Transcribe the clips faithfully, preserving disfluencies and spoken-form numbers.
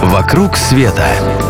«Вокруг света»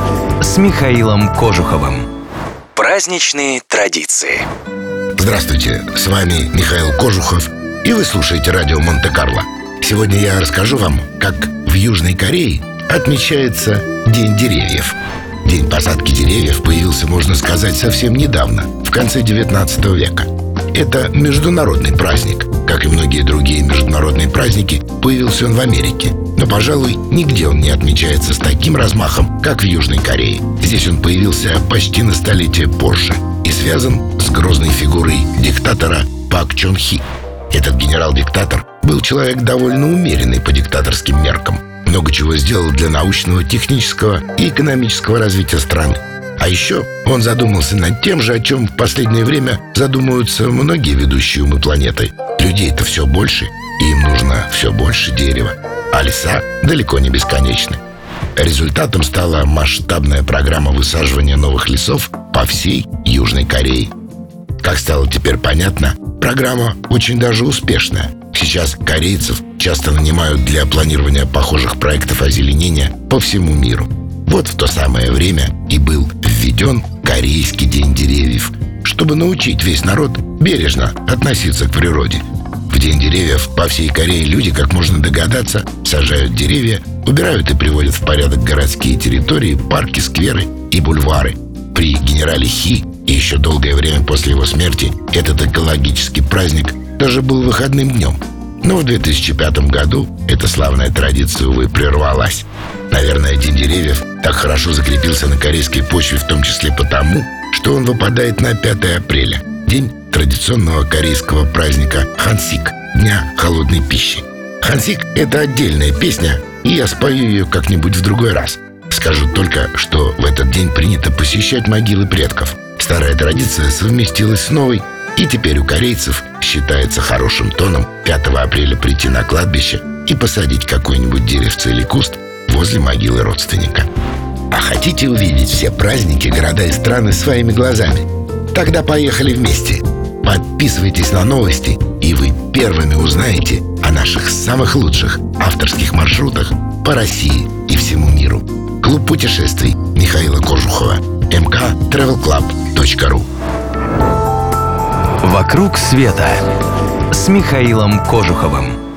с Михаилом Кожуховым. Праздничные традиции. Здравствуйте, с вами Михаил Кожухов, и вы слушаете радио Монте-Карло. Сегодня я расскажу вам, как в Южной Корее отмечается День деревьев. День посадки деревьев появился, можно сказать, совсем недавно, в конце девятнадцатого века. Это международный праздник. Как и многие другие международные праздники, появился он в Америке. Но, пожалуй, нигде он не отмечается с таким размахом, как в Южной Корее. Здесь он появился почти на столетие позже и связан с грозной фигурой диктатора Пак Чон Хи. Этот генерал-диктатор был человек довольно умеренный по диктаторским меркам. Много чего сделал для научного, технического и экономического развития страны. А еще он задумался над тем же, о чем в последнее время задумываются многие ведущие умы планеты. Людей-то все больше, и им нужно все больше дерева, а леса далеко не бесконечны. Результатом стала масштабная программа высаживания новых лесов по всей Южной Корее. Как стало теперь понятно, программа очень даже успешная. Сейчас корейцев часто нанимают для планирования похожих проектов озеленения по всему миру. Вот в то самое время и был введен Корейский день деревьев, чтобы научить весь народ бережно относиться к природе. В День деревьев по всей Корее люди, как можно догадаться, сажают деревья, убирают и приводят в порядок городские территории, парки, скверы и бульвары. При генерале Хи и еще долгое время после его смерти этот экологический праздник даже был выходным днем. Но в две тысячи пятом году эта славная традиция, увы, прервалась. Наверное, День деревьев так хорошо закрепился на корейской почве в том числе потому, что он выпадает на пятое апреля, день традиционного корейского праздника Хансик, Дня холодной пищи. Хансик — это отдельная песня, и я спою ее как-нибудь в другой раз. Скажу только, что в этот день принято посещать могилы предков. Старая традиция совместилась с новой, и теперь у корейцев считается хорошим тоном пятого апреля прийти на кладбище и посадить какое-нибудь деревце или куст возле могилы родственника. А хотите увидеть все праздники, города и страны своими глазами? Тогда поехали вместе. Подписывайтесь на новости, и вы первыми узнаете о наших самых лучших авторских маршрутах по России и всему миру. Клуб путешествий Михаила Кожухова. эм ка трэвел клаб точка ру. «Вокруг света» с Михаилом Кожуховым.